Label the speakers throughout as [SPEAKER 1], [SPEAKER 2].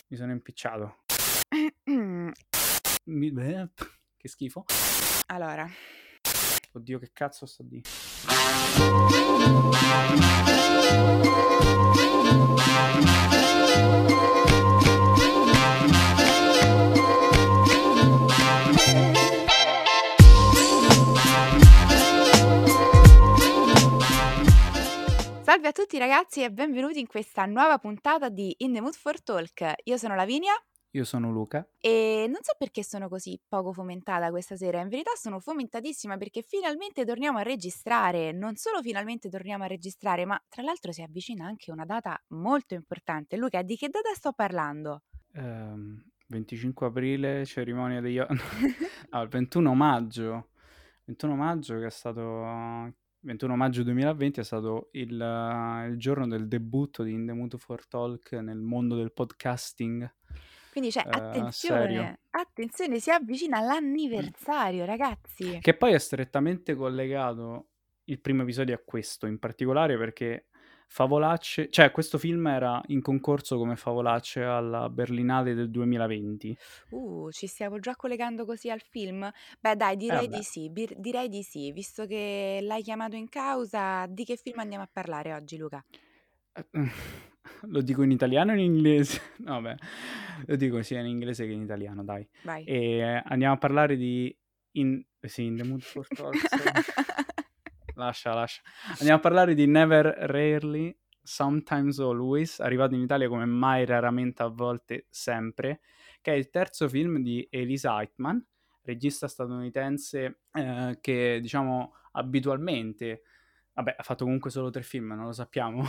[SPEAKER 1] Mi sono impicciato. Che schifo.
[SPEAKER 2] Allora,
[SPEAKER 1] Oddio, che cazzo sto di?
[SPEAKER 2] salve a tutti ragazzi e benvenuti in questa nuova puntata di In the Mood for Talk. Io sono Lavinia
[SPEAKER 1] Io sono Luca.
[SPEAKER 2] e non so perché sono così poco fomentata questa sera. In verità sono fomentatissima perché finalmente torniamo a registrare. Non solo finalmente torniamo a registrare, ma tra l'altro si avvicina anche una data molto importante. Luca, di che data sto parlando?
[SPEAKER 1] 25 aprile, cerimonia degli... No, il 21 maggio. 21 maggio che è stato... 21 maggio 2020 è stato il giorno del debutto di In the Mood for Talk nel mondo del podcasting
[SPEAKER 2] Quindi c'è
[SPEAKER 1] serio.
[SPEAKER 2] attenzione, si avvicina l'anniversario, ragazzi.
[SPEAKER 1] Che poi è strettamente collegato il primo episodio a questo in particolare perché Favolacce, cioè questo film era in concorso come Favolacce alla Berlinale del 2020.
[SPEAKER 2] Ci stiamo già collegando così al film? Beh, dai, direi
[SPEAKER 1] Vabbè,
[SPEAKER 2] di sì, direi di sì, visto che l'hai chiamato in causa, di che film andiamo a parlare oggi, Luca?
[SPEAKER 1] lo dico in italiano o in inglese? No, vabbè, lo dico sia in inglese che in italiano, dai.
[SPEAKER 2] Vai.
[SPEAKER 1] E andiamo a parlare di sì, In the Mood for Talk, sì. Lascia. Andiamo a parlare di Never Rarely, Sometimes Always, arrivato in Italia come Mai Raramente a Volte Sempre, che è il terzo film di Elise Eichmann, regista statunitense che diciamo abitualmente, vabbè, ha fatto comunque solo 3 film, non lo sappiamo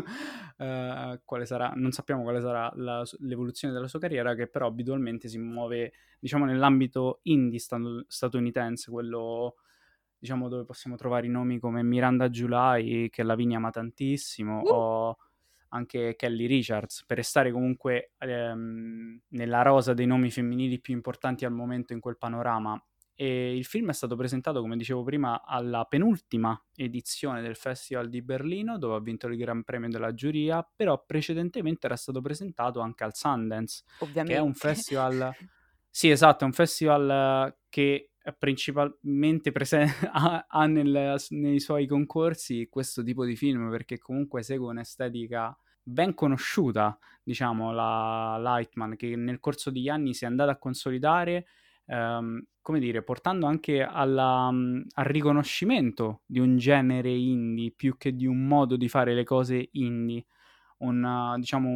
[SPEAKER 1] quale sarà, non sappiamo quale sarà l'evoluzione della sua carriera, che però abitualmente si muove diciamo nell'ambito indie statunitense, quello diciamo dove possiamo trovare i nomi come Miranda July, che Lavinia ama tantissimo,
[SPEAKER 2] Uh,
[SPEAKER 1] o anche Kelly Richards, per restare comunque nella rosa dei nomi femminili più importanti al momento in quel panorama. E il film è stato presentato, come dicevo prima, alla penultima edizione del Festival di Berlino, dove ha vinto il Gran Premio della giuria, però precedentemente era stato presentato anche al Sundance, che è un
[SPEAKER 2] ovviamente.
[SPEAKER 1] festival... Sì, esatto, è un festival che è principalmente ha nei suoi concorsi questo tipo di film, perché comunque segue un'estetica ben conosciuta, diciamo, la Lightman, che nel corso degli anni si è andata a consolidare, come dire, portando anche al riconoscimento di un genere indie più che di un modo di fare le cose indie, diciamo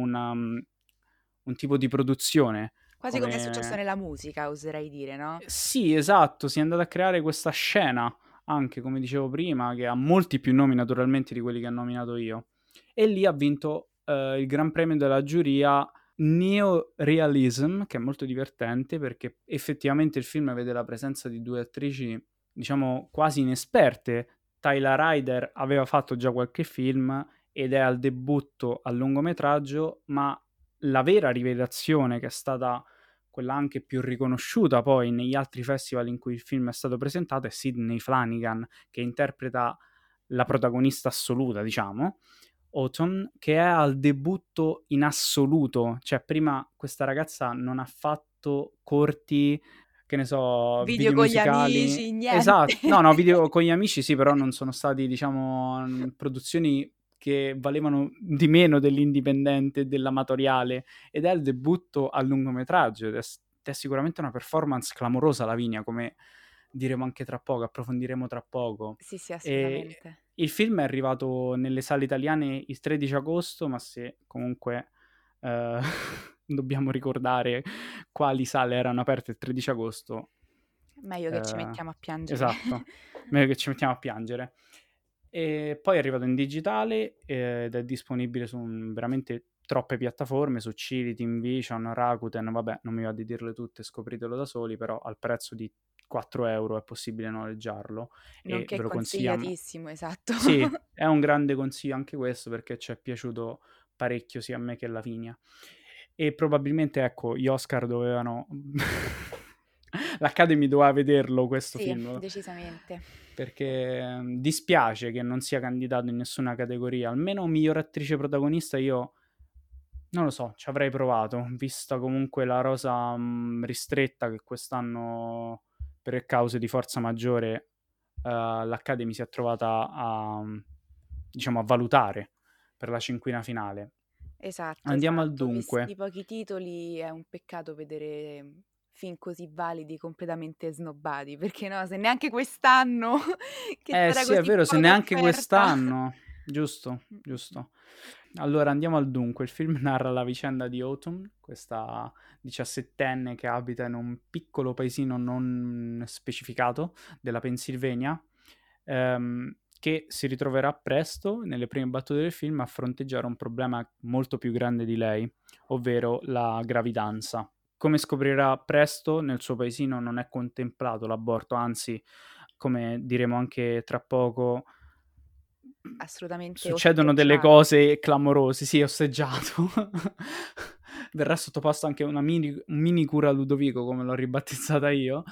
[SPEAKER 1] un tipo di produzione.
[SPEAKER 2] Quasi come è successo
[SPEAKER 1] Come...
[SPEAKER 2] nella musica, oserei dire, no?
[SPEAKER 1] Sì, esatto, si è andata a creare questa scena, anche come dicevo prima, che ha molti più nomi naturalmente di quelli che ho nominato io. E lì ha vinto il Gran Premio della giuria Neorealism, che è molto divertente perché effettivamente il film vede la presenza di due attrici, diciamo, quasi inesperte. Tyler Ryder aveva fatto già qualche film ed è al debutto al lungometraggio, ma la vera rivelazione che è stata quella anche più riconosciuta poi negli altri festival in cui il film è stato presentato è Sydney Flanagan, che interpreta la protagonista assoluta, diciamo, Autumn, che è al debutto in assoluto. Cioè, prima questa ragazza non ha fatto corti, che ne so,
[SPEAKER 2] Video
[SPEAKER 1] video
[SPEAKER 2] con gli
[SPEAKER 1] musicali.
[SPEAKER 2] amici, niente.
[SPEAKER 1] Esatto, no, video con gli amici sì, però non sono stati, diciamo, produzioni che valevano di meno dell'indipendente e dell'amatoriale, ed è il debutto a lungometraggio ed è sicuramente una performance clamorosa, Lavinia, come diremo anche tra poco, approfondiremo tra poco.
[SPEAKER 2] Sì, sì,
[SPEAKER 1] E
[SPEAKER 2] assolutamente.
[SPEAKER 1] il film è arrivato nelle sale italiane il 13 agosto, ma se comunque eh, dobbiamo ricordare quali sale erano aperte il 13 agosto,
[SPEAKER 2] Meglio che ci
[SPEAKER 1] eh,
[SPEAKER 2] mettiamo a piangere.
[SPEAKER 1] esatto, meglio che ci mettiamo a piangere. E poi è arrivato in digitale ed è disponibile su veramente troppe piattaforme, su Civi, TeamVision, Rakuten, vabbè, non mi va di dirle tutte, scopritelo da soli, però al prezzo di 4 euro è possibile noleggiarlo e
[SPEAKER 2] Nonché
[SPEAKER 1] ve lo consigliamo.
[SPEAKER 2] consigliatissimo, esatto.
[SPEAKER 1] Sì, è un grande consiglio anche questo perché ci è piaciuto parecchio sia a me che a Lavinia. E probabilmente, ecco, gli Oscar dovevano... L'Academy doveva vederlo questo
[SPEAKER 2] Sì,
[SPEAKER 1] film,
[SPEAKER 2] decisamente.
[SPEAKER 1] perché dispiace che non sia candidato in nessuna categoria. Almeno miglior attrice protagonista io Non lo so, ci avrei provato, vista comunque la rosa ristretta che quest'anno, per cause di forza maggiore, l'Academy si è trovata a, diciamo, a valutare per la cinquina finale.
[SPEAKER 2] Esatto,
[SPEAKER 1] Andiamo al
[SPEAKER 2] esatto.
[SPEAKER 1] dunque.
[SPEAKER 2] Visti pochi titoli è un peccato vedere film così validi completamente snobbati, perché no, se neanche quest'anno che
[SPEAKER 1] Eh
[SPEAKER 2] c'era
[SPEAKER 1] sì, è
[SPEAKER 2] così
[SPEAKER 1] vero, se
[SPEAKER 2] poca
[SPEAKER 1] neanche
[SPEAKER 2] offerta.
[SPEAKER 1] quest'anno. Giusto,
[SPEAKER 2] Mm, mm, mm.
[SPEAKER 1] giusto. Allora andiamo al dunque. Il film narra la vicenda di Autumn, questa 17enne che abita in un piccolo paesino non specificato della Pennsylvania, che si ritroverà presto, nelle prime battute del film, a fronteggiare un problema molto più grande di lei, ovvero la gravidanza. Come scoprirà presto, nel suo paesino non è contemplato l'aborto, anzi, come diremo anche tra poco,
[SPEAKER 2] Assolutamente
[SPEAKER 1] succedono delle
[SPEAKER 2] osteggiato.
[SPEAKER 1] cose clamorose. Sì, osteggiato. Verrà sottoposto anche un mini cura Ludovico, come l'ho ribattezzata io.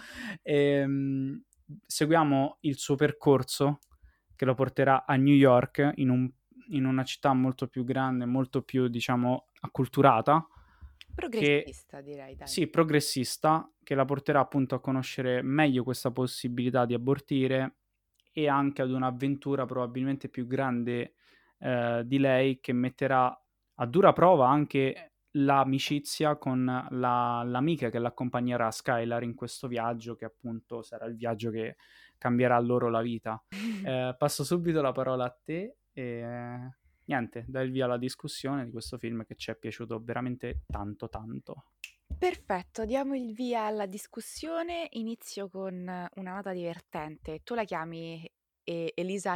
[SPEAKER 1] Seguiamo il suo percorso che lo porterà a New York, in una città molto più grande, molto più, diciamo, acculturata, che
[SPEAKER 2] Progressista, direi, dai.
[SPEAKER 1] sì, progressista, che la porterà appunto a conoscere meglio questa possibilità di abortire e anche ad un'avventura probabilmente più grande di lei, che metterà a dura prova anche l'amicizia con l'amica che l'accompagnerà, Skylar, in questo viaggio, che appunto sarà il viaggio che cambierà loro la vita. Passo subito la parola a te e niente, dai il via alla discussione di questo film che ci è piaciuto veramente tanto tanto.
[SPEAKER 2] Perfetto, diamo il via alla discussione. Inizio con una nota divertente. Tu la chiami Elisa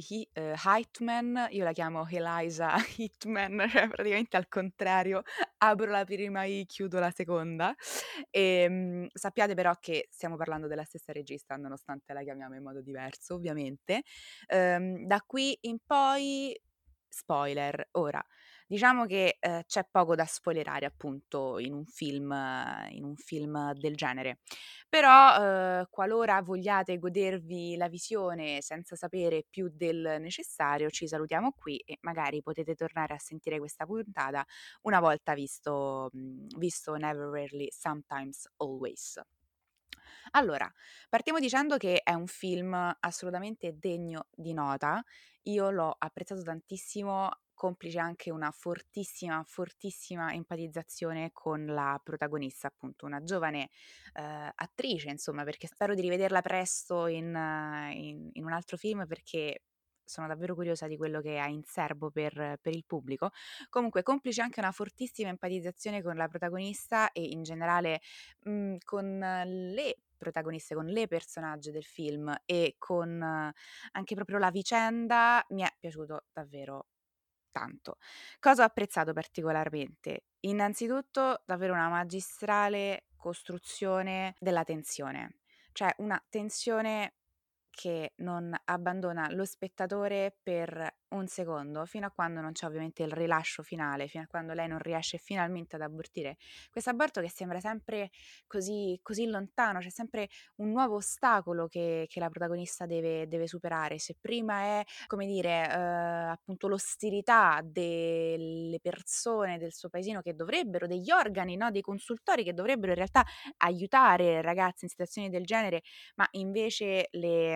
[SPEAKER 2] Heitman, io la chiamo Eliza Hitman, cioè praticamente al contrario, apro la prima I, chiudo la seconda. Sappiate però che stiamo parlando della stessa regista, nonostante la chiamiamo in modo diverso, ovviamente. Da qui in poi, spoiler. Ora, diciamo che, c'è poco da spoilerare appunto in un film del genere. Però, qualora vogliate godervi la visione senza sapere più del necessario, ci salutiamo qui e magari potete tornare a sentire questa puntata una volta visto Never, Rarely, Sometimes, Always. Allora, partiamo dicendo che è un film assolutamente degno di nota. Io l'ho apprezzato tantissimo, complice anche una fortissima, fortissima empatizzazione con la protagonista, appunto, una giovane attrice, insomma, perché spero di rivederla presto in un altro film perché sono davvero curiosa di quello che ha in serbo per il pubblico. Comunque, complice anche una fortissima empatizzazione con la protagonista e in generale con le protagoniste, con le personaggi del film e con anche proprio la vicenda, mi è piaciuto davvero tanto. Cosa ho apprezzato particolarmente? Innanzitutto davvero una magistrale costruzione della tensione, cioè una tensione che non abbandona lo spettatore per un secondo, fino a quando non c'è ovviamente il rilascio finale, fino a quando lei non riesce finalmente ad abortire questo aborto che sembra sempre così lontano, c'è sempre un nuovo ostacolo che la protagonista deve superare. Se prima è, come dire, appunto l'ostilità delle persone del suo paesino che dovrebbero degli organi, no, dei consultori che dovrebbero in realtà aiutare ragazze in situazioni del genere, ma invece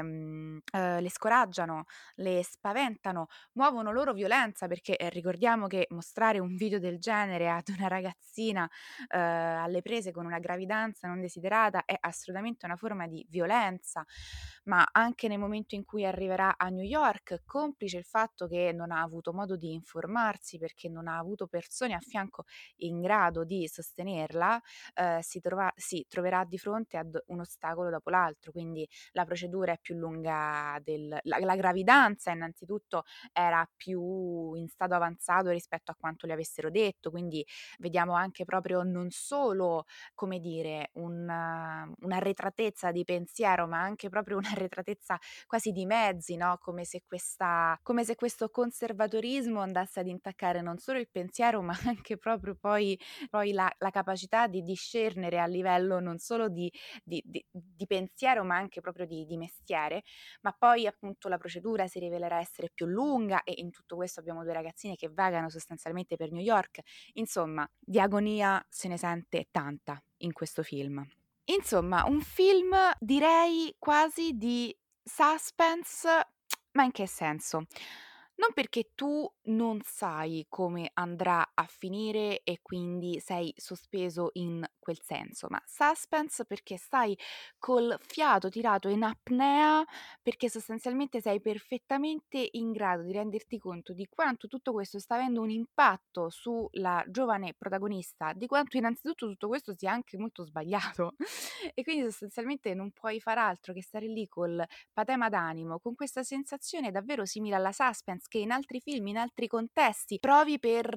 [SPEAKER 2] le scoraggiano, le spaventano, muovono loro violenza perché, ricordiamo che mostrare un video del genere ad una ragazzina alle prese con una gravidanza non desiderata è assolutamente una forma di violenza, ma anche nel momento in cui arriverà a New York, complice il fatto che non ha avuto modo di informarsi perché non ha avuto persone a fianco in grado di sostenerla, si troverà di fronte ad un ostacolo dopo l'altro, quindi la procedura è più lunga la gravidanza innanzitutto era più in stato avanzato rispetto a quanto le avessero detto, quindi vediamo anche proprio non solo, come dire, un'arretratezza di pensiero, ma anche proprio un'arretratezza quasi di mezzi, no, come se questo conservatorismo andasse ad intaccare non solo il pensiero, ma anche proprio poi la capacità di discernere a livello non solo di pensiero, ma anche proprio di mestiere. Ma poi appunto la procedura si rivelerà essere più lunga lunga e in tutto questo abbiamo due ragazzine che vagano sostanzialmente per New York. Insomma, di agonia se ne sente tanta in questo film. Insomma, un film direi quasi di suspense, ma in che senso? Non perché tu non sai come andrà a finire e quindi sei sospeso in quel senso, ma suspense perché stai col fiato tirato in apnea, perché sostanzialmente sei perfettamente in grado di renderti conto di quanto tutto questo sta avendo un impatto sulla giovane protagonista, di quanto innanzitutto tutto questo sia anche molto sbagliato e quindi sostanzialmente non puoi far altro che stare lì col patema d'animo, con questa sensazione davvero simile alla suspense che in altri film, in altri contesti provi per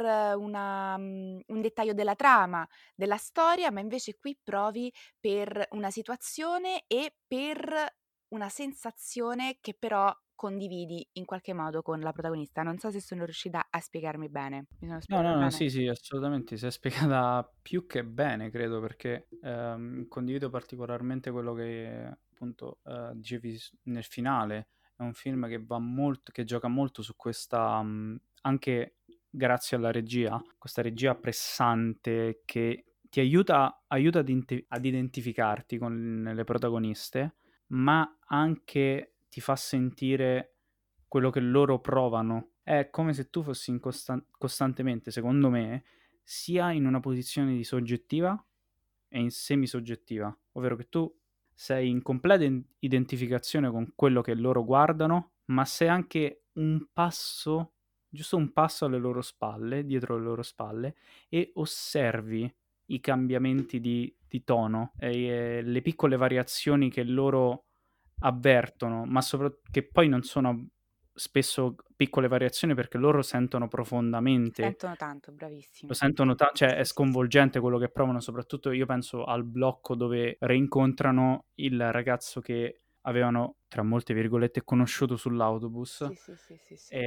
[SPEAKER 2] un dettaglio della trama, della storia, ma invece qui provi per una situazione e per una sensazione che però condividi in qualche modo con la protagonista. Non so se sono riuscita a spiegarmi bene. Mi sono
[SPEAKER 1] No,
[SPEAKER 2] spiegata
[SPEAKER 1] no, no,
[SPEAKER 2] bene?
[SPEAKER 1] sì, sì, assolutamente, si è spiegata più che bene, credo, perché condivido particolarmente quello che appunto dicevi nel finale. È un film che va molto, che gioca molto su questa, anche grazie alla regia, questa regia pressante che ti aiuta ad identificarti con le protagoniste, ma anche ti fa sentire quello che loro provano. È come se tu fossi costantemente, secondo me, sia in una posizione di soggettiva e in semisoggettiva, ovvero che tu sei in completa identificazione con quello che loro guardano, ma sei anche un passo, giusto un passo alle loro spalle, dietro le loro spalle, e osservi i cambiamenti di tono e le piccole variazioni che loro avvertono, ma che poi non sono spesso piccole variazioni perché loro sentono profondamente,
[SPEAKER 2] Sentono tanto,
[SPEAKER 1] lo
[SPEAKER 2] bravissimo.
[SPEAKER 1] sentono,
[SPEAKER 2] Sì,
[SPEAKER 1] cioè è
[SPEAKER 2] sì, sì, sì.
[SPEAKER 1] sconvolgente quello che provano, soprattutto io penso al blocco dove rincontrano il ragazzo che avevano, tra molte virgolette, conosciuto sull'autobus,
[SPEAKER 2] Sì, sì, sì, sì, sì.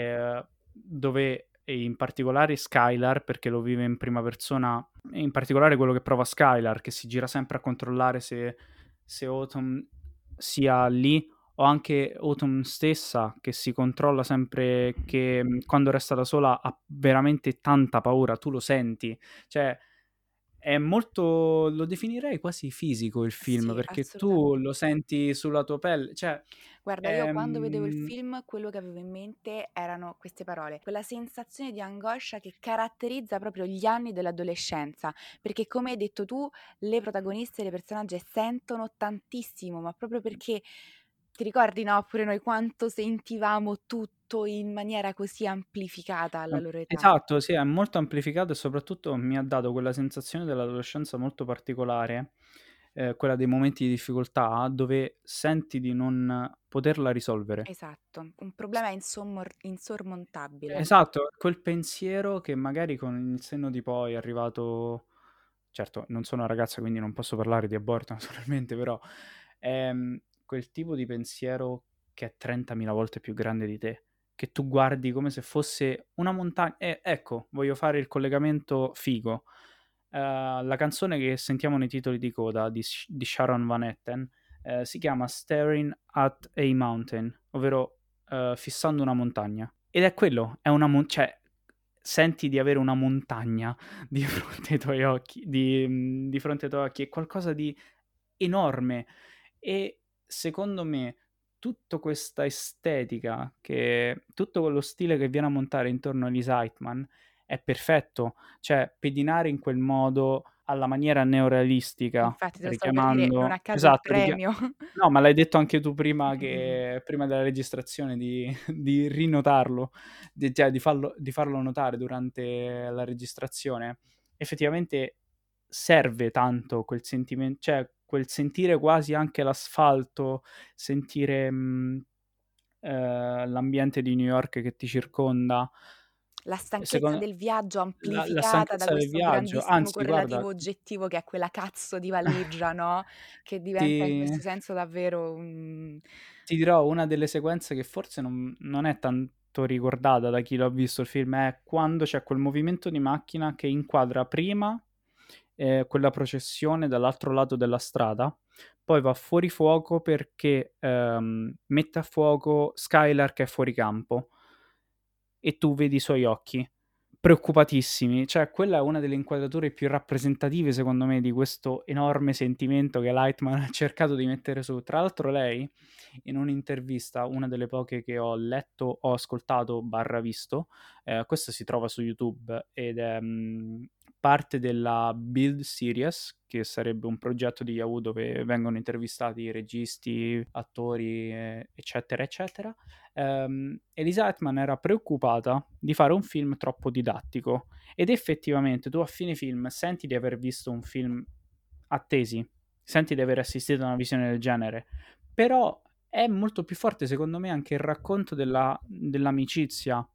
[SPEAKER 1] dove e in particolare Skylar, perché lo vive in prima persona, e in particolare quello che prova Skylar, che si gira sempre a controllare se Autumn sia lì, o anche Autumn stessa, che si controlla sempre, che quando resta da sola ha veramente tanta paura, tu lo senti, cioè è molto, lo definirei quasi fisico il film,
[SPEAKER 2] Sì,
[SPEAKER 1] perché tu
[SPEAKER 2] assolutamente.
[SPEAKER 1] lo senti sulla tua pelle, cioè
[SPEAKER 2] Guarda, io quando vedevo il
[SPEAKER 1] ehm,
[SPEAKER 2] film, quello che avevo in mente erano queste parole, quella sensazione di angoscia che caratterizza proprio gli anni dell'adolescenza, perché come hai detto tu, le protagoniste, le personaggi sentono tantissimo, ma proprio perché ti ricordi, no? Pure noi quanto sentivamo tutto in maniera così amplificata alla loro età.
[SPEAKER 1] Esatto, sì, è molto amplificato e soprattutto mi ha dato quella sensazione dell'adolescenza molto particolare, quella dei momenti di difficoltà dove senti di non poterla risolvere.
[SPEAKER 2] Esatto, un problema insormontabile.
[SPEAKER 1] Esatto, quel pensiero che magari con il senno di poi è arrivato, certo, non sono una ragazza quindi non posso parlare di aborto naturalmente, però è quel tipo di pensiero che è 30.000 volte più grande di te, che tu guardi come se fosse una montagna. Ecco, voglio fare il collegamento figo. La canzone che sentiamo nei titoli di coda di Sharon Van Etten si chiama Staring at a Mountain, ovvero fissando una montagna. Ed è quello, è cioè senti di avere una montagna di fronte ai tuoi occhi, di fronte ai tuoi occhi, è qualcosa di enorme. E secondo me tutta questa estetica, tutto quello stile che viene a montare intorno a Lisa Heitman è perfetto, cioè pedinare in quel modo alla maniera neorealistica,
[SPEAKER 2] Infatti te lo stavo per dire, non
[SPEAKER 1] richiamando,
[SPEAKER 2] a caso il
[SPEAKER 1] esatto,
[SPEAKER 2] premio.
[SPEAKER 1] no, ma l'hai detto anche tu prima,
[SPEAKER 2] Mh-mh-mh.
[SPEAKER 1] prima della registrazione, di rinotarlo, cioè di farlo notare durante la registrazione. Effettivamente serve tanto quel sentimento, cioè quel sentire quasi anche l'asfalto, sentire l'ambiente di New York che ti circonda.
[SPEAKER 2] La stanchezza
[SPEAKER 1] Secondo
[SPEAKER 2] del viaggio
[SPEAKER 1] la
[SPEAKER 2] amplificata da
[SPEAKER 1] stanchezza del
[SPEAKER 2] questo
[SPEAKER 1] viaggio,
[SPEAKER 2] grandissimo
[SPEAKER 1] anzi guarda,
[SPEAKER 2] correlativo oggettivo che è quella cazzo di valigia, no, che diventa in
[SPEAKER 1] ti
[SPEAKER 2] questo senso davvero un
[SPEAKER 1] Ti dirò una delle sequenze che forse non è tanto ricordata da chi l'ha visto il film, è quando c'è quel movimento di macchina che inquadra prima quella processione dall'altro lato della strada, poi va fuori fuoco perché mette a fuoco Skylar che è fuori campo. e tu vedi i suoi occhi preoccupatissimi. Cioè, quella è una delle inquadrature più rappresentative, secondo me, di questo enorme sentimento che Lightman ha cercato di mettere su. Tra l'altro lei, in un'intervista, una delle poche che ho letto, ho ascoltato, barra visto, questa si trova su YouTube ed è parte della Build Series, che sarebbe un progetto di Yahoo dove vengono intervistati registi, attori, eccetera, eccetera. Elisa Hetman era preoccupata di fare un film troppo didattico ed effettivamente tu a fine film senti di aver visto un film attesi, senti di aver assistito a una visione del genere, però è molto più forte secondo me anche il racconto dell'amicizia.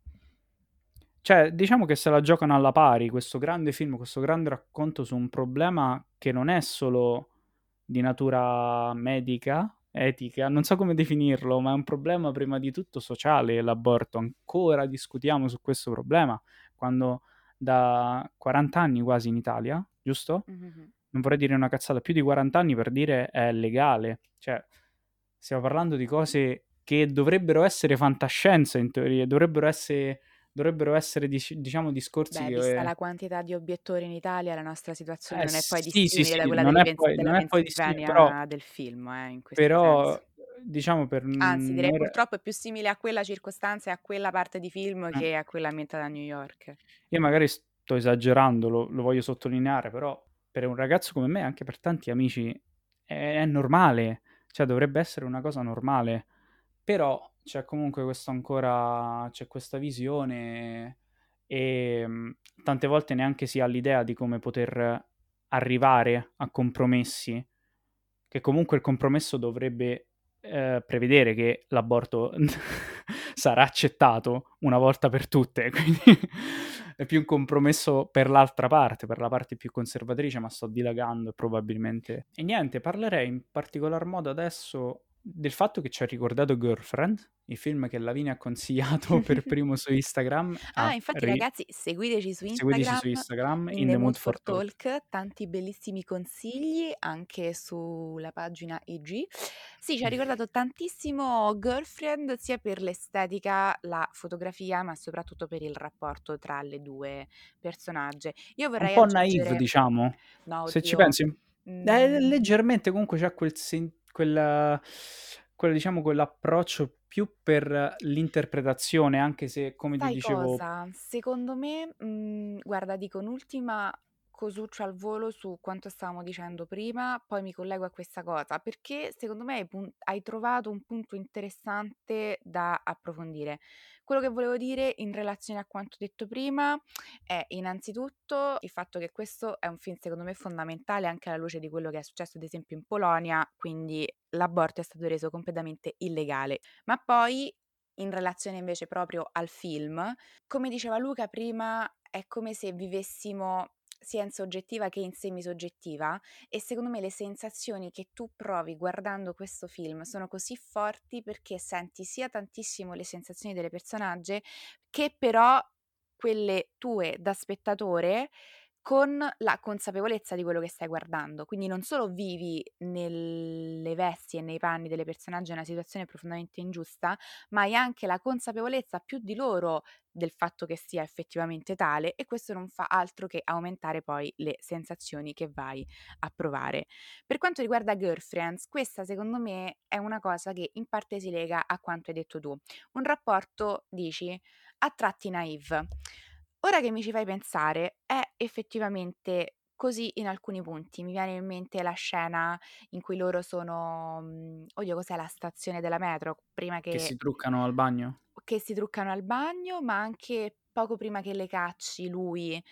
[SPEAKER 1] Cioè, diciamo che se la giocano alla pari questo grande film, questo grande racconto su un problema che non è solo di natura medica, etica, non so come definirlo, ma è un problema prima di tutto sociale, l'aborto. Ancora discutiamo su questo problema, quando da 40 anni quasi in Italia, giusto?
[SPEAKER 2] Mhm.
[SPEAKER 1] Non vorrei dire una cazzata, più di 40 anni per dire è legale. Cioè, stiamo parlando di cose che dovrebbero essere fantascienza in teoria, dovrebbero essere diciamo discorsi
[SPEAKER 2] Beh, vista
[SPEAKER 1] che
[SPEAKER 2] la quantità di obiettori in Italia, la nostra situazione non è poi
[SPEAKER 1] sì, sì,
[SPEAKER 2] dissimile da
[SPEAKER 1] sì,
[SPEAKER 2] quella
[SPEAKER 1] non è poi
[SPEAKER 2] della
[SPEAKER 1] non è poi dissi però
[SPEAKER 2] Pennsylvania del film, in questo
[SPEAKER 1] però,
[SPEAKER 2] senso.
[SPEAKER 1] diciamo per
[SPEAKER 2] Anzi, direi
[SPEAKER 1] noi ra
[SPEAKER 2] purtroppo è più simile a quella circostanza e a quella parte di film
[SPEAKER 1] eh.
[SPEAKER 2] che a quella ambientata a New York.
[SPEAKER 1] Io magari sto esagerando, lo voglio sottolineare, però per un ragazzo come me, anche per tanti amici, è normale, cioè dovrebbe essere una cosa normale. Però c'è comunque questo ancora, c'è questa visione e tante volte neanche si ha l'idea di come poter arrivare a compromessi, che comunque il compromesso dovrebbe prevedere che l'aborto sarà accettato una volta per tutte, quindi è più un compromesso per l'altra parte, per la parte più conservatrice, ma sto dilagando probabilmente. E niente, parlerei in particolar modo adesso del fatto che ci ha ricordato Girlfriend, il film che Lavinia ha consigliato per primo su Instagram,
[SPEAKER 2] Ah, infatti ragazzi, seguiteci su
[SPEAKER 1] seguiteci
[SPEAKER 2] Instagram,
[SPEAKER 1] su Instagram,
[SPEAKER 2] in
[SPEAKER 1] In
[SPEAKER 2] the
[SPEAKER 1] the
[SPEAKER 2] mood
[SPEAKER 1] Mood
[SPEAKER 2] for
[SPEAKER 1] for Talk.
[SPEAKER 2] talk, tanti bellissimi consigli anche sulla pagina IG. Sì, ci ha ricordato tantissimo Girlfriend, sia per l'estetica, la fotografia, ma soprattutto per il rapporto tra le due personaggi. Io
[SPEAKER 1] Un
[SPEAKER 2] vorrei
[SPEAKER 1] po' naive,
[SPEAKER 2] aggiungere
[SPEAKER 1] diciamo,
[SPEAKER 2] no,
[SPEAKER 1] se ci
[SPEAKER 2] oddio,
[SPEAKER 1] pensi.
[SPEAKER 2] mhmm
[SPEAKER 1] Leggermente comunque c'ha quel diciamo, quell'approccio più per l'interpretazione, anche se, come ti
[SPEAKER 2] Sai
[SPEAKER 1] dicevo
[SPEAKER 2] cosa? Secondo me, guarda, dico un'ultima cosuccia al volo su quanto stavamo dicendo prima, poi mi collego a questa cosa, perché secondo me hai trovato un punto interessante da approfondire. Quello che volevo dire in relazione a quanto detto prima è innanzitutto il fatto che questo è un film secondo me fondamentale anche alla luce di quello che è successo ad esempio in Polonia, quindi l'aborto è stato reso completamente illegale. Ma poi in relazione invece proprio al film, come diceva Luca prima, è come se vivessimo sia in soggettiva che in semisoggettiva e secondo me le sensazioni che tu provi guardando questo film sono così forti perché senti sia tantissimo le sensazioni delle personaggi che però quelle tue da spettatore con la consapevolezza di quello che stai guardando. Quindi non solo vivi nelle vesti e nei panni delle personaggi in una situazione profondamente ingiusta, ma hai anche la consapevolezza più di loro del fatto che sia effettivamente tale e questo non fa altro che aumentare poi le sensazioni che vai a provare. Per quanto riguarda Girlfriends, questa secondo me è una cosa che in parte si lega a quanto hai detto tu. Un rapporto, dici, a tratti naïve. Ora che mi ci fai pensare, è effettivamente così in alcuni punti. Mi viene in mente la scena in cui loro sono, oddio cos'è la stazione della metro, prima
[SPEAKER 1] che si
[SPEAKER 2] che
[SPEAKER 1] truccano al bagno.
[SPEAKER 2] si truccano al bagno, ma anche poco prima che le cacci lui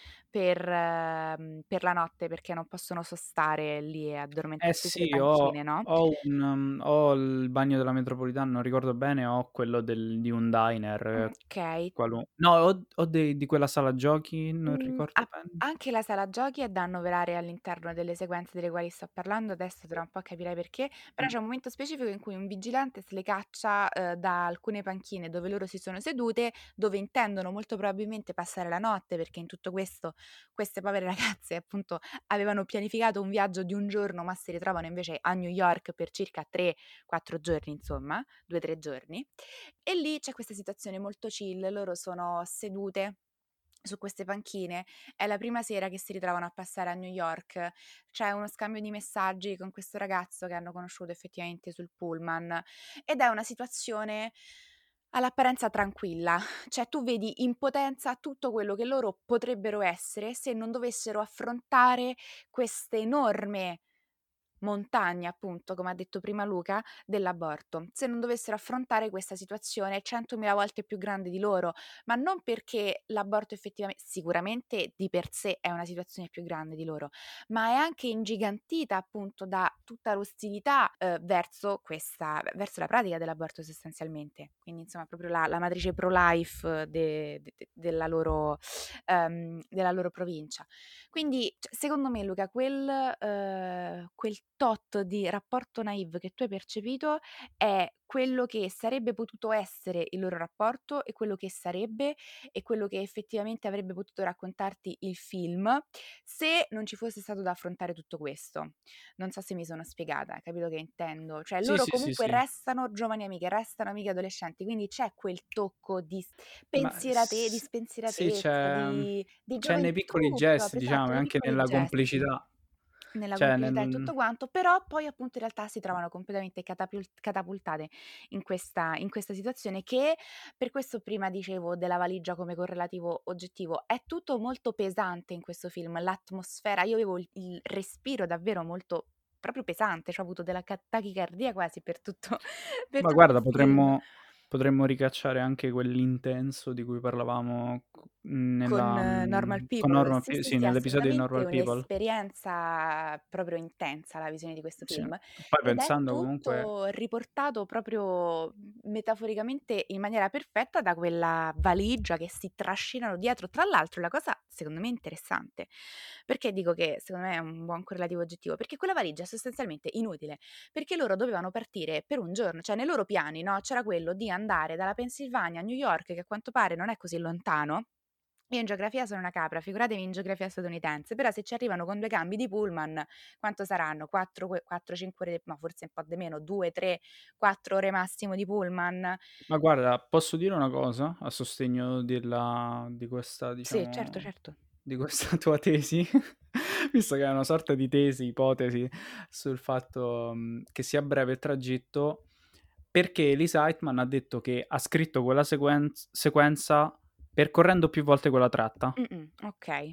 [SPEAKER 2] per la notte, perché non possono sostare lì e
[SPEAKER 1] Eh
[SPEAKER 2] addormentarsi sulle
[SPEAKER 1] sì,
[SPEAKER 2] panchine, no?
[SPEAKER 1] ho il bagno della metropolitana, non ricordo bene, ho quello di un diner,
[SPEAKER 2] Okay.
[SPEAKER 1] no, ho di quella sala giochi, non ricordo
[SPEAKER 2] A
[SPEAKER 1] bene.
[SPEAKER 2] anche la sala giochi è da annoverare all'interno delle sequenze delle quali sto parlando, adesso tra un po' capirai perché, però
[SPEAKER 1] Mh.
[SPEAKER 2] c'è un momento specifico in cui un vigilante le caccia, da alcune panchine dove loro si sono sedute, dove intendono molto probabilmente passare la notte, perché in tutto questo queste povere ragazze appunto avevano pianificato un viaggio di un giorno, ma si ritrovano invece a New York per circa 3-4 giorni, insomma, 2-3 giorni. E lì c'è questa situazione molto chill, loro sono sedute su queste panchine, è la prima sera che si ritrovano a passare a New York, c'è uno scambio di messaggi con questo ragazzo che hanno conosciuto effettivamente sul pullman ed è una situazione all'apparenza tranquilla, cioè tu vedi in potenza tutto quello che loro potrebbero essere se non dovessero affrontare queste enorme montagna, appunto, come ha detto prima Luca, dell'aborto. Se non dovessero affrontare questa situazione 100.000 volte più grande di loro, ma non perché l'aborto sicuramente di per sé è una situazione più grande di loro, ma è anche ingigantita appunto da tutta l'ostilità verso la pratica dell'aborto sostanzialmente. Quindi insomma proprio la matrice pro-life della loro provincia. Quindi, secondo me Luca, quel tot di rapporto naïve che tu hai percepito è quello che sarebbe potuto essere il loro rapporto e quello che sarebbe e quello che effettivamente avrebbe potuto raccontarti il film se non ci fosse stato da affrontare tutto questo. Non so se mi sono spiegata, hai capito che intendo? Cioè
[SPEAKER 1] Sì,
[SPEAKER 2] loro
[SPEAKER 1] sì, sì,
[SPEAKER 2] comunque
[SPEAKER 1] sì.
[SPEAKER 2] restano giovani amiche, restano amiche adolescenti, quindi c'è quel tocco di
[SPEAKER 1] Ma
[SPEAKER 2] di
[SPEAKER 1] sì,
[SPEAKER 2] spensieratezza, di
[SPEAKER 1] c'è nei piccoli
[SPEAKER 2] gioventù
[SPEAKER 1] gesti,
[SPEAKER 2] proprio, esatto,
[SPEAKER 1] diciamo, e
[SPEAKER 2] nei
[SPEAKER 1] anche
[SPEAKER 2] piccoli
[SPEAKER 1] nella
[SPEAKER 2] gesti,
[SPEAKER 1] complicità.
[SPEAKER 2] nella
[SPEAKER 1] Cioè,
[SPEAKER 2] complicità e tutto quanto, però poi appunto in realtà si trovano completamente catapultate in questa situazione che per questo prima dicevo della valigia come correlativo oggettivo, è tutto molto pesante in questo film, l'atmosfera, io avevo il respiro davvero molto proprio pesante, cioè ho avuto della tachicardia quasi per tutto per
[SPEAKER 1] ma
[SPEAKER 2] tutto il
[SPEAKER 1] guarda,
[SPEAKER 2] film.
[SPEAKER 1] potremmo ricacciare anche quell'intenso di cui parlavamo
[SPEAKER 2] Con Normal
[SPEAKER 1] con
[SPEAKER 2] People,
[SPEAKER 1] Normal
[SPEAKER 2] sì, sì,
[SPEAKER 1] Sì,
[SPEAKER 2] sì,
[SPEAKER 1] nell'episodio di
[SPEAKER 2] assolutamente
[SPEAKER 1] Normal People.
[SPEAKER 2] un'esperienza proprio intensa la visione di questo
[SPEAKER 1] Sì.
[SPEAKER 2] film
[SPEAKER 1] Poi
[SPEAKER 2] ed è
[SPEAKER 1] pensando comunque,
[SPEAKER 2] tutto riportato proprio metaforicamente in maniera perfetta da quella valigia che si trascinano dietro. Tra l'altro la cosa secondo me interessante, perché dico che secondo me è un buon correlativo oggettivo, perché quella valigia è sostanzialmente inutile, perché loro dovevano partire per un giorno, cioè nei loro piani, no, c'era quello di andare dalla Pennsylvania a New York, che a quanto pare non è così lontano. Io in geografia sono una capra, figuratevi in geografia statunitense, però se ci arrivano con 2 cambi di pullman, quanto saranno? 4-5 ore, ma forse un po' di meno, 2, 3, 4 ore massimo di pullman?
[SPEAKER 1] ma guarda, posso dire una cosa a sostegno di questa,
[SPEAKER 2] Sì, certo,
[SPEAKER 1] diciamo,
[SPEAKER 2] certo.
[SPEAKER 1] di questa tua tesi, visto che è una sorta di tesi, ipotesi sul fatto che sia breve il tragitto, perché Elise Heitman ha detto che ha scritto quella sequenza percorrendo più volte quella tratta,
[SPEAKER 2] Okay,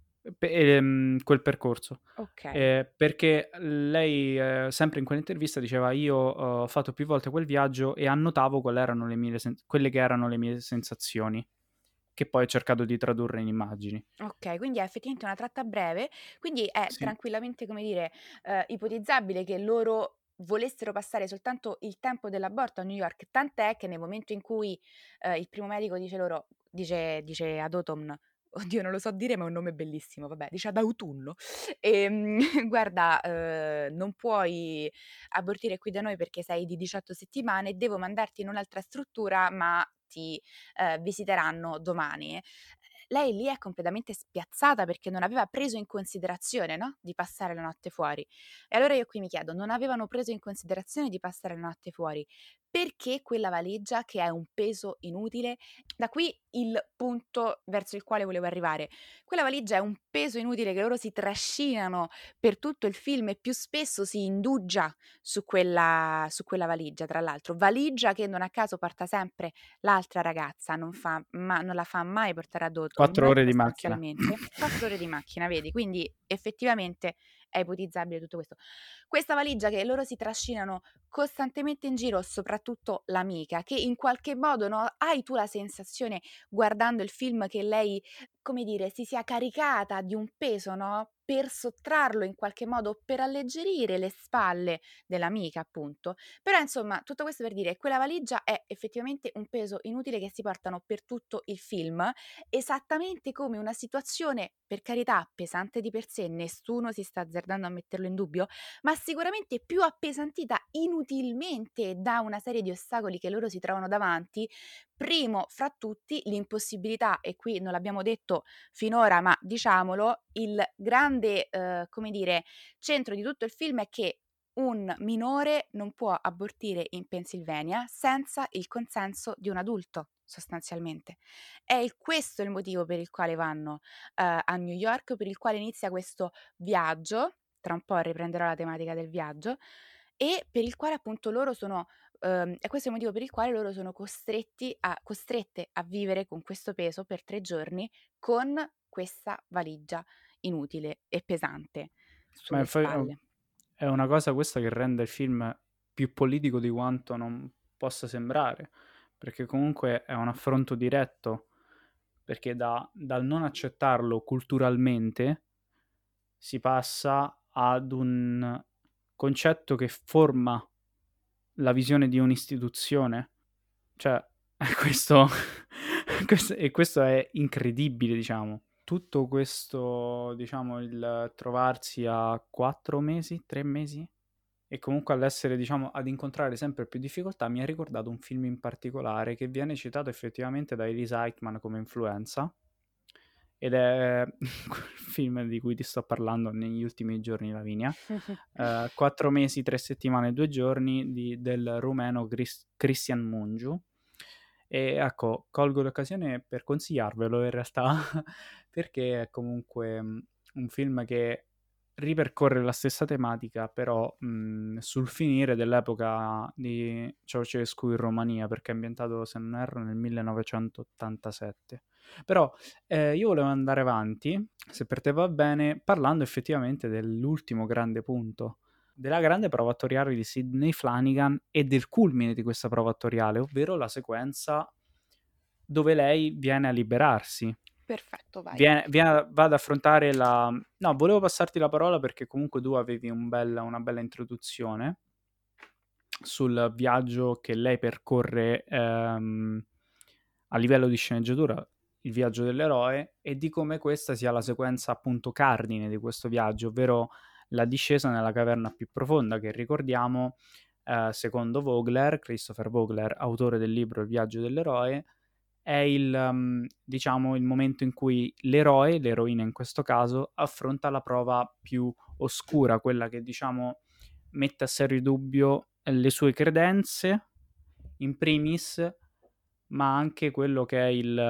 [SPEAKER 1] quel percorso.
[SPEAKER 2] okay.
[SPEAKER 1] Perché lei, sempre in quell'intervista, diceva: Io ho fatto più volte quel viaggio e annotavo quelle che erano le mie sensazioni, che poi ho cercato di tradurre in immagini.
[SPEAKER 2] Okay, quindi è effettivamente una tratta breve, quindi è
[SPEAKER 1] Sì.
[SPEAKER 2] tranquillamente, come dire, ipotizzabile che loro volessero passare soltanto il tempo dell'aborto a New York, tant'è che nel momento in cui, il primo medico dice ad Autumn, oddio non lo so dire ma è un nome bellissimo, vabbè, dice ad autunno, "Guarda, non puoi abortire qui da noi perché sei di 18 settimane, devo mandarti in un'altra struttura ma ti, visiteranno domani." Lei lì è completamente spiazzata perché non aveva preso in considerazione, no, di passare la notte fuori. E allora io qui mi chiedo, non avevano preso in considerazione di passare la notte fuori, perché quella valigia che è un peso inutile? Da qui il punto verso il quale volevo arrivare. Quella valigia è un peso inutile che loro si trascinano per tutto il film e più spesso si indugia su quella valigia, tra l'altro. Valigia che non a caso porta sempre l'altra ragazza, non la fa mai portare ad
[SPEAKER 1] Quattro
[SPEAKER 2] Autumn
[SPEAKER 1] ore di macchina.
[SPEAKER 2] sostanzialmente. 4 ore di macchina, vedi? Quindi effettivamente è ipotizzabile tutto questo. Questa valigia che loro si trascinano costantemente in giro, soprattutto l'amica, che in qualche modo, no, hai tu la sensazione guardando il film che lei, come dire, si sia caricata di un peso, no, per sottrarlo in qualche modo, per alleggerire le spalle dell'amica appunto. Però insomma, tutto questo per dire, che quella valigia è effettivamente un peso inutile che si portano per tutto il film, esattamente come una situazione, per carità, pesante di per sé, nessuno si sta azzardando a metterlo in dubbio, ma sicuramente più appesantita inutilmente da una serie di ostacoli che loro si trovano davanti. Primo fra tutti l'impossibilità, e qui non l'abbiamo detto finora, ma diciamolo, il grande, come dire, centro di tutto il film è che un minore non può abortire in Pennsylvania senza il consenso di un adulto, sostanzialmente. Questo il motivo per il quale vanno, a New York, per il quale inizia questo viaggio, tra un po' riprenderò la tematica del viaggio, e per il quale appunto loro sono e questo è il motivo per il quale loro sono costrette a vivere con questo peso per 3 giorni, con questa valigia inutile e pesante
[SPEAKER 1] Ma
[SPEAKER 2] sulle spalle.
[SPEAKER 1] è una cosa questa che rende il film più politico di quanto non possa sembrare, perché comunque è un affronto diretto, perché dal non accettarlo culturalmente si passa ad un concetto che forma la visione di un'istituzione. Cioè, questo, e questo è incredibile, diciamo. Tutto questo, diciamo, il trovarsi a 4 mesi, 3 mesi, e comunque all'essere, diciamo, ad incontrare sempre più difficoltà, mi ha ricordato un film in particolare che viene citato effettivamente da Elise Eichmann come influenza, ed è quel film di cui ti sto parlando negli ultimi giorni, Lavinia. 4 mesi, 3 settimane, 2 giorni del rumeno Cristian Mungiu. E ecco, colgo l'occasione per consigliarvelo in realtà, perché è comunque un film che ripercorre la stessa tematica, però sul finire dell'epoca di Ceausescu in Romania, perché è ambientato, se non erro, nel 1987. Però io volevo andare avanti, se per te va bene, parlando effettivamente dell'ultimo grande punto, della grande prova attoriale di Sydney Flanagan e del culmine di questa prova attoriale, ovvero la sequenza dove lei viene a liberarsi.
[SPEAKER 2] Perfetto, vai.
[SPEAKER 1] Va ad affrontare la... No, volevo passarti la parola perché comunque tu avevi una bella introduzione sul viaggio che lei percorre a livello di sceneggiatura, il viaggio dell'eroe, e di come questa sia la sequenza appunto cardine di questo viaggio, ovvero la discesa nella caverna più profonda che ricordiamo, secondo Vogler, Christopher Vogler, autore del libro Il viaggio dell'eroe, è diciamo, il momento in cui l'eroe, l'eroina in questo caso, affronta la prova più oscura, quella che diciamo mette a serio dubbio le sue credenze, in primis, ma anche quello che è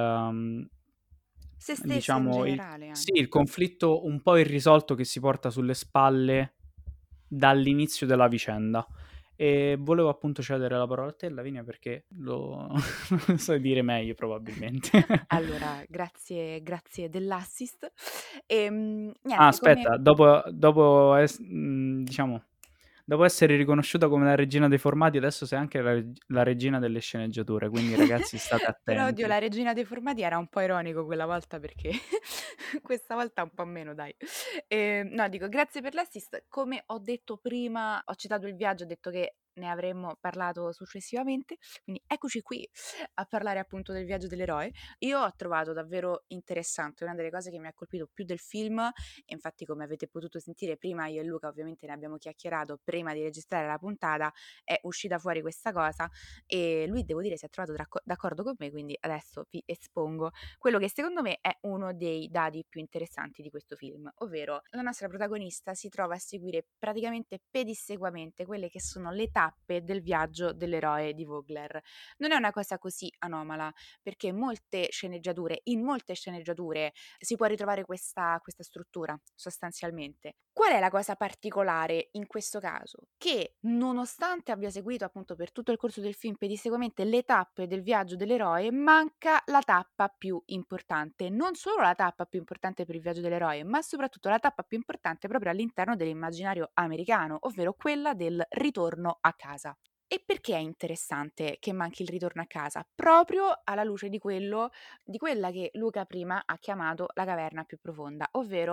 [SPEAKER 2] Se stessa in
[SPEAKER 1] diciamo,
[SPEAKER 2] generale
[SPEAKER 1] sì,
[SPEAKER 2] anche.
[SPEAKER 1] il conflitto un po' irrisolto che si porta sulle spalle dall'inizio della vicenda. E volevo appunto cedere la parola a te, Lavinia, perché lo sai dire meglio probabilmente.
[SPEAKER 2] Allora, grazie dell'assist.
[SPEAKER 1] Ah,
[SPEAKER 2] Niente, come
[SPEAKER 1] aspetta, diciamo, dopo essere riconosciuta come la regina dei formati, adesso sei anche la regina delle sceneggiature, quindi ragazzi state
[SPEAKER 2] però oddio, la
[SPEAKER 1] attenti.
[SPEAKER 2] regina dei formati era un po' ironico quella volta perché questa volta un po' meno dai. No, dico grazie per l'assist. Come ho detto prima, ho citato il viaggio, ho detto che ne avremmo parlato successivamente, quindi eccoci qui a parlare appunto del viaggio dell'eroe. Io ho trovato davvero interessante, una delle cose che mi ha colpito più del film, e infatti come avete potuto sentire prima io e Luca ovviamente ne abbiamo chiacchierato prima di registrare la puntata, è uscita fuori questa cosa e lui devo dire si è trovato d'accordo con me, quindi adesso vi espongo quello che secondo me è uno dei dati più interessanti di questo film, ovvero la nostra protagonista si trova a seguire praticamente pedissequamente quelle che sono le tappe del viaggio dell'eroe di Vogler. Non è una cosa così anomala, perché in molte sceneggiature si può ritrovare questa struttura sostanzialmente. Qual è la cosa particolare in questo caso? Che nonostante abbia seguito appunto per tutto il corso del film pedissequamente le tappe del viaggio dell'eroe, manca la tappa più importante. Non solo la tappa più importante per il viaggio dell'eroe, ma soprattutto la tappa più importante proprio all'interno dell'immaginario americano, ovvero quella del ritorno a casa. E perché è interessante che manchi il ritorno a casa? Proprio alla luce di quella che Luca prima ha chiamato la caverna più profonda, ovvero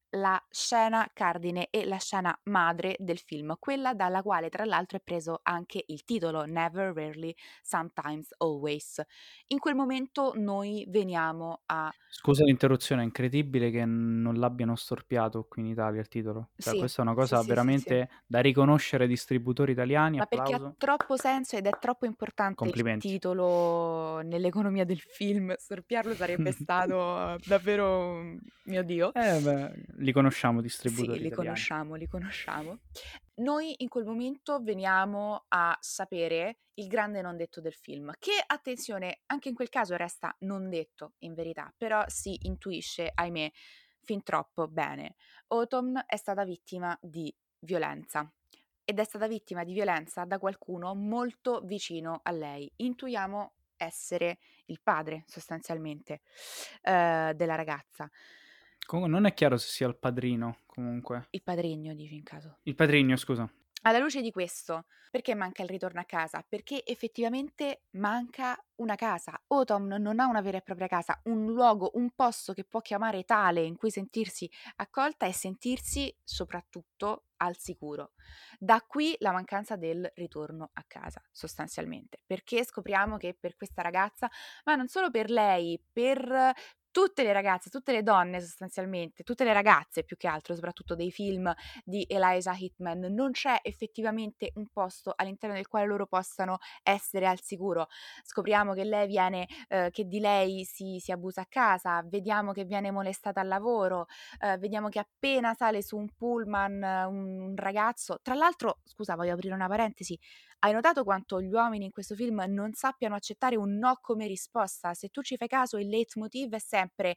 [SPEAKER 2] la scena cardine e la scena madre del film, quella dalla quale tra l'altro è preso anche il titolo Never, Rarely, Sometimes, Always. In quel momento noi veniamo a
[SPEAKER 1] Scusa l'interruzione, è incredibile che non l'abbiano storpiato qui in Italia il titolo. Cioè,
[SPEAKER 2] sì,
[SPEAKER 1] questa è una
[SPEAKER 2] sì,
[SPEAKER 1] cosa
[SPEAKER 2] sì, sì, sì.
[SPEAKER 1] veramente da riconoscere ai distributori italiani,
[SPEAKER 2] Ma perché ha
[SPEAKER 1] applauso,
[SPEAKER 2] troppo senso ed è troppo importante il
[SPEAKER 1] complimenti.
[SPEAKER 2] titolo nell'economia del film. Storpiarlo sarebbe stato davvero, mio Dio.
[SPEAKER 1] Beh, li conosciamo
[SPEAKER 2] Sì,
[SPEAKER 1] distributori
[SPEAKER 2] li
[SPEAKER 1] italiani.
[SPEAKER 2] conosciamo, li conosciamo. Noi in quel momento veniamo a sapere il grande non detto del film, che attenzione, anche in quel caso resta non detto in verità, però si intuisce, ahimè, fin troppo bene. Autumn è stata vittima di violenza ed è stata vittima di violenza da qualcuno molto vicino a lei. Intuiamo essere il padre, sostanzialmente, della ragazza.
[SPEAKER 1] Comunque non è chiaro se sia il padrino, comunque.
[SPEAKER 2] Il padrigno, dici in caso.
[SPEAKER 1] Il padrigno, scusa.
[SPEAKER 2] Alla luce di questo, perché manca il ritorno a casa? Perché effettivamente manca una casa. Autumn non ha una vera e propria casa, un luogo, un posto che può chiamare tale in cui sentirsi accolta e sentirsi soprattutto al sicuro. Da qui la mancanza del ritorno a casa, sostanzialmente, perché scopriamo che per questa ragazza, ma non solo per lei, per tutte le ragazze, tutte le donne sostanzialmente, tutte le ragazze più che altro, soprattutto dei film di Eliza Hittman, non c'è effettivamente un posto all'interno del quale loro possano essere al sicuro. Scopriamo che lei viene, che di lei si abusa a casa, vediamo che viene molestata al lavoro, vediamo che appena sale su un pullman un ragazzo. Tra l'altro, scusa, voglio aprire una parentesi. Hai notato quanto gli uomini in questo film non sappiano accettare un no come risposta? Se tu ci fai caso, il leitmotiv è sempre: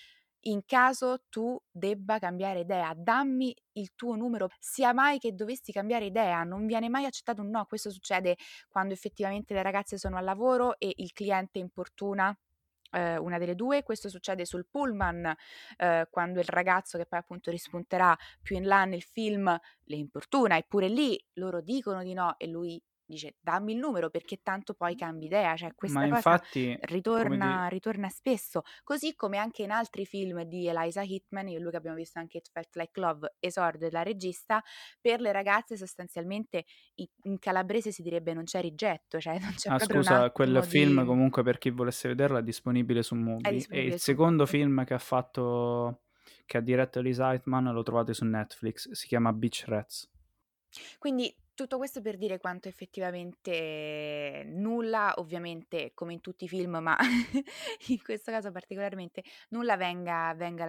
[SPEAKER 2] in caso tu debba cambiare idea, dammi il tuo numero, sia mai che dovessi cambiare idea, non viene mai accettato un no. Questo succede quando effettivamente le ragazze sono al lavoro e il cliente importuna una delle due. Questo succede sul pullman, quando il ragazzo, che poi appunto rispunterà più in là nel film, le importuna, eppure lì loro dicono di no e lui dice: "Dammi il numero", perché tanto poi cambi idea. Cioè
[SPEAKER 1] Ma
[SPEAKER 2] questa cosa
[SPEAKER 1] infatti, come di...
[SPEAKER 2] ritorna spesso, così come anche in altri film di Eliza Hittman, io e Luca abbiamo visto anche It Felt Like Love, esordio della regista. Per le ragazze sostanzialmente in calabrese si direbbe non c'è rigetto, cioè non c'è
[SPEAKER 1] Ah,
[SPEAKER 2] proprio un
[SPEAKER 1] scusa, quel
[SPEAKER 2] attimo
[SPEAKER 1] film
[SPEAKER 2] di
[SPEAKER 1] comunque per chi volesse vederlo è disponibile su
[SPEAKER 2] è
[SPEAKER 1] Mubi. E il
[SPEAKER 2] disponibile su
[SPEAKER 1] secondo
[SPEAKER 2] Mubi.
[SPEAKER 1] film che ha fatto, che ha diretto Elise Heitman, lo trovate su Netflix, si chiama Beach Rats.
[SPEAKER 2] Quindi tutto questo per dire quanto effettivamente nulla, ovviamente come in tutti i film, ma in questo caso particolarmente, nulla venga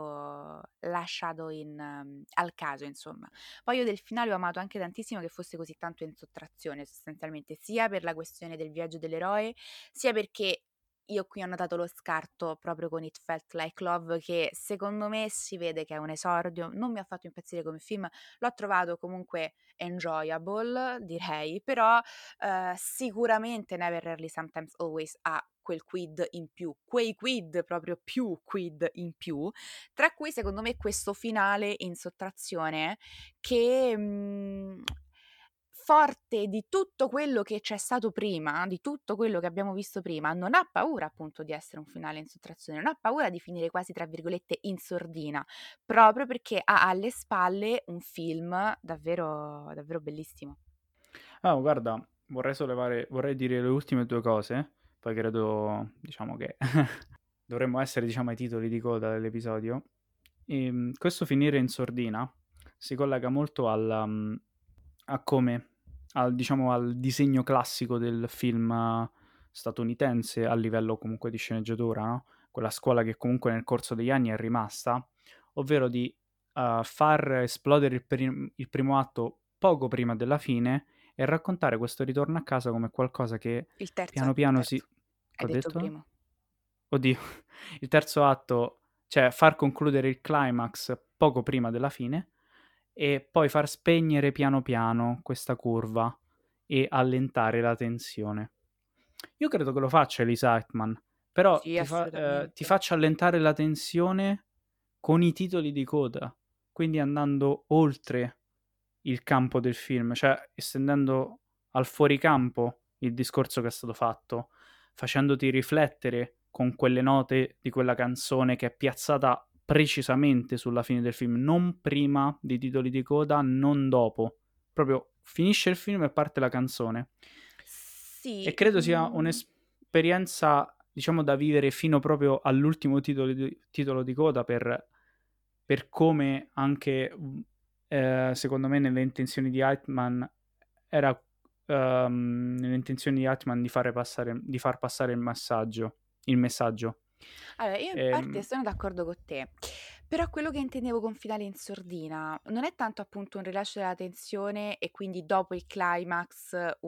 [SPEAKER 2] lasciato al caso, insomma. Poi io del finale ho amato anche tantissimo che fosse così tanto in sottrazione, sostanzialmente, sia per la questione del viaggio dell'eroe, sia perché io qui ho notato lo scarto proprio con It Felt Like Love, che secondo me si vede che è un esordio, non mi ha fatto impazzire come film, l'ho trovato comunque enjoyable, direi, però sicuramente Never Rarely Sometimes Always ha quel quid in più, quei quid, proprio più quid in più, tra cui secondo me questo finale in sottrazione che forte di tutto quello che c'è stato prima, di tutto quello che abbiamo visto prima, non ha paura appunto di essere un finale in sottrazione, non ha paura di finire quasi tra virgolette in sordina, proprio perché ha alle spalle un film davvero, davvero bellissimo.
[SPEAKER 1] Ah, guarda, vorrei dire le ultime due cose, poi credo, diciamo che dovremmo essere, diciamo, ai titoli di coda dell'episodio. Questo finire in sordina si collega molto a come, diciamo, al disegno classico del film statunitense a livello comunque di sceneggiatura, no? Quella scuola che comunque nel corso degli anni è rimasta, ovvero di far esplodere il primo atto poco prima della fine e raccontare questo ritorno a casa come qualcosa che
[SPEAKER 2] Il terzo
[SPEAKER 1] piano
[SPEAKER 2] atto, il
[SPEAKER 1] piano si...
[SPEAKER 2] terzo. Hai
[SPEAKER 1] Che ho
[SPEAKER 2] detto
[SPEAKER 1] detto?
[SPEAKER 2] primo.
[SPEAKER 1] Oddio, il terzo atto, cioè far concludere il climax poco prima della fine e poi far spegnere piano piano questa curva e allentare la tensione. Io credo che lo faccia Elise Heitman, però
[SPEAKER 2] Sì,
[SPEAKER 1] ti
[SPEAKER 2] assolutamente.
[SPEAKER 1] faccia allentare la tensione con i titoli di coda, quindi andando oltre il campo del film, cioè estendendo al fuoricampo il discorso che è stato fatto, facendoti riflettere con quelle note di quella canzone che è piazzata precisamente sulla fine del film, non prima dei titoli di coda, non dopo. Proprio finisce il film e parte la canzone.
[SPEAKER 2] Sì.
[SPEAKER 1] E credo sia un'esperienza, diciamo, da vivere fino proprio all'ultimo titolo di coda per come anche, secondo me, nelle intenzioni di Altman era nelle intenzioni di Altman di far passare il messaggio.
[SPEAKER 2] Allora, io in parte sono d'accordo con te, però quello che intendevo con finale in sordina non è tanto appunto un rilascio della tensione e quindi dopo il climax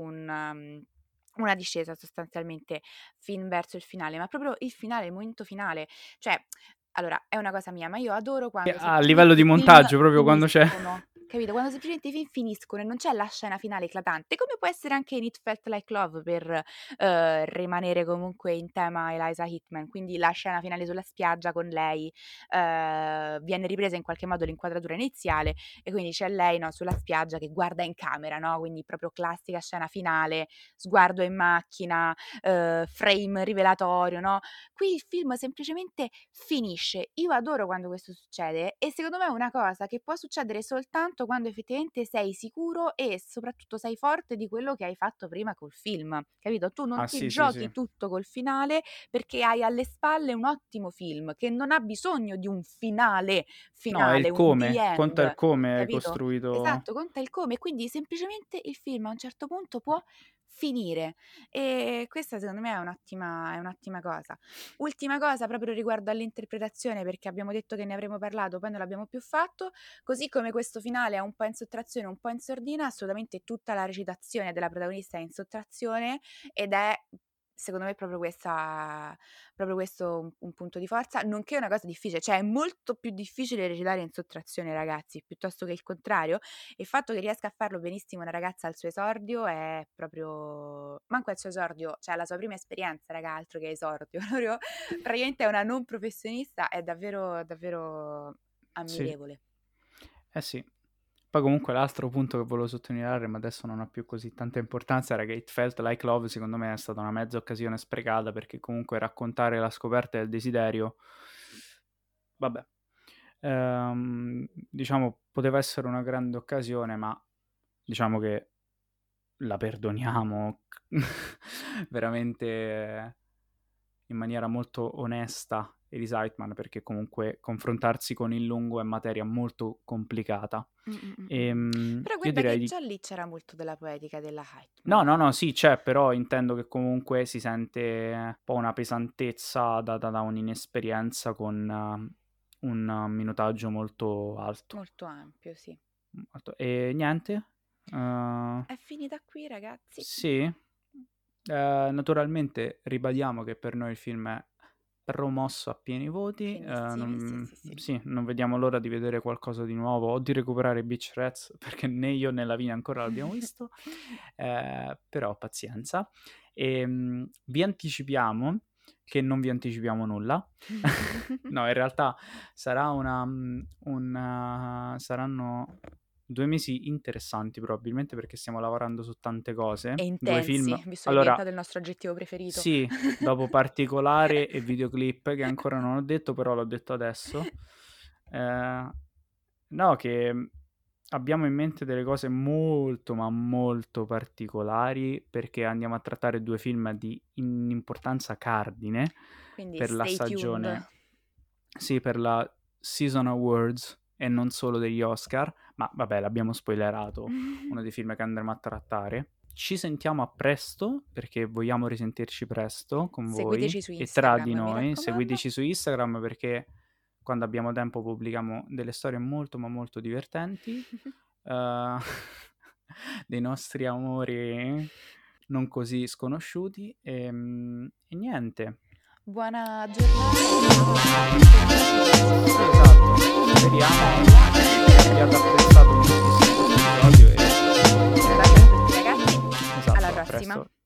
[SPEAKER 2] una discesa sostanzialmente fin verso il finale, ma proprio il finale, il momento finale. Cioè, allora, è una cosa mia, ma io adoro quando
[SPEAKER 1] A livello
[SPEAKER 2] semplicemente
[SPEAKER 1] di
[SPEAKER 2] i film
[SPEAKER 1] montaggio, proprio quando c'è...
[SPEAKER 2] finiscono. Capito? Quando semplicemente i film finiscono e non c'è la scena finale eclatante, come può essere anche in It Felt Like Love per rimanere comunque in tema Eliza Hittman, quindi la scena finale sulla spiaggia con lei, viene ripresa in qualche modo l'inquadratura iniziale e quindi c'è lei, no, sulla spiaggia che guarda in camera, no, quindi proprio classica scena finale, sguardo in macchina, frame rivelatorio, no, qui il film semplicemente finisce. Io adoro quando questo succede e secondo me è una cosa che può succedere soltanto quando effettivamente sei sicuro e soprattutto sei forte di quello che hai fatto prima col film, capito? Tu non ti
[SPEAKER 1] sì,
[SPEAKER 2] giochi
[SPEAKER 1] sì.
[SPEAKER 2] tutto col finale perché hai alle spalle un ottimo film che non ha bisogno di un finale,
[SPEAKER 1] No, è il
[SPEAKER 2] un the
[SPEAKER 1] come, conta il
[SPEAKER 2] end,
[SPEAKER 1] come hai
[SPEAKER 2] capito?
[SPEAKER 1] costruito...
[SPEAKER 2] Esatto, conta il come, quindi semplicemente il film a un certo punto può finire e questa secondo me è un'ottima cosa. Ultima cosa proprio riguardo all'interpretazione, perché abbiamo detto che ne avremmo parlato, poi non l'abbiamo più fatto, così come questo finale è un po' in sottrazione, un po' in sordina, assolutamente tutta la recitazione della protagonista è in sottrazione ed è secondo me proprio questo un punto di forza, nonché una cosa difficile, cioè è molto più difficile recitare in sottrazione, ragazzi, piuttosto che il contrario. Il fatto che riesca a farlo benissimo una ragazza al suo esordio è proprio manco al suo esordio, cioè alla sua prima esperienza, raga, altro che esordio, proprio praticamente è una non professionista, è davvero davvero
[SPEAKER 1] Sì,
[SPEAKER 2] ammirevole.
[SPEAKER 1] sì. Poi comunque l'altro punto che volevo sottolineare, ma adesso non ha più così tanta importanza, era che It Felt Like Love secondo me è stata una mezza occasione sprecata, perché comunque raccontare la scoperta del desiderio, vabbè, diciamo poteva essere una grande occasione, ma diciamo che la perdoniamo veramente in maniera molto onesta Elise Heitman, perché comunque confrontarsi con il lungo è materia molto complicata.
[SPEAKER 2] Però
[SPEAKER 1] Io
[SPEAKER 2] guarda
[SPEAKER 1] direi
[SPEAKER 2] che
[SPEAKER 1] di...
[SPEAKER 2] già lì c'era molto della poetica della
[SPEAKER 1] No,
[SPEAKER 2] Heitman.
[SPEAKER 1] sì, c'è, però intendo che comunque si sente un po' una pesantezza data da un'inesperienza con un minutaggio molto alto.
[SPEAKER 2] Molto ampio, sì.
[SPEAKER 1] E niente?
[SPEAKER 2] È finita qui, ragazzi.
[SPEAKER 1] Sì. Naturalmente ribadiamo che per noi il film è promosso a pieni voti.
[SPEAKER 2] Pienissimi, sì, sì, sì.
[SPEAKER 1] Sì, non vediamo l'ora di vedere qualcosa di nuovo o di recuperare Beach Rats, perché né io né la Vina ancora l'abbiamo visto. Però pazienza. Vi anticipiamo che non vi anticipiamo nulla. No, in realtà sarà saranno 2 mesi interessanti probabilmente, perché stiamo lavorando su tante cose.
[SPEAKER 2] E
[SPEAKER 1] 2 film.
[SPEAKER 2] intensi, visto che è
[SPEAKER 1] Allora,
[SPEAKER 2] diventato il nostro aggettivo preferito.
[SPEAKER 1] sì, dopo particolare e videoclip, che ancora non ho detto, però l'ho detto adesso. No, che abbiamo in mente delle cose molto, ma molto particolari, perché andiamo a trattare 2 film di importanza cardine
[SPEAKER 2] Quindi
[SPEAKER 1] per la
[SPEAKER 2] stay tuned.
[SPEAKER 1] stagione, sì, per la Season Awards e non solo degli Oscar, ma vabbè, l'abbiamo spoilerato, uno dei film che andremo a trattare. Ci sentiamo a presto, perché vogliamo risentirci presto con voi
[SPEAKER 2] Seguiteci su
[SPEAKER 1] e tra
[SPEAKER 2] Instagram,
[SPEAKER 1] di
[SPEAKER 2] mi
[SPEAKER 1] noi.
[SPEAKER 2] raccomando.
[SPEAKER 1] Seguiteci su Instagram, perché quando abbiamo tempo pubblichiamo delle storie molto ma molto divertenti, dei nostri amori non così sconosciuti e niente.
[SPEAKER 2] Buona giornata.
[SPEAKER 1] Sì, esatto. Speriamo che abbiate apprezzato moltissimo questo episodio e
[SPEAKER 2] Un bacio a tutti, ragazzi.
[SPEAKER 1] esatto,
[SPEAKER 2] Alla
[SPEAKER 1] a
[SPEAKER 2] prossima.
[SPEAKER 1] presto.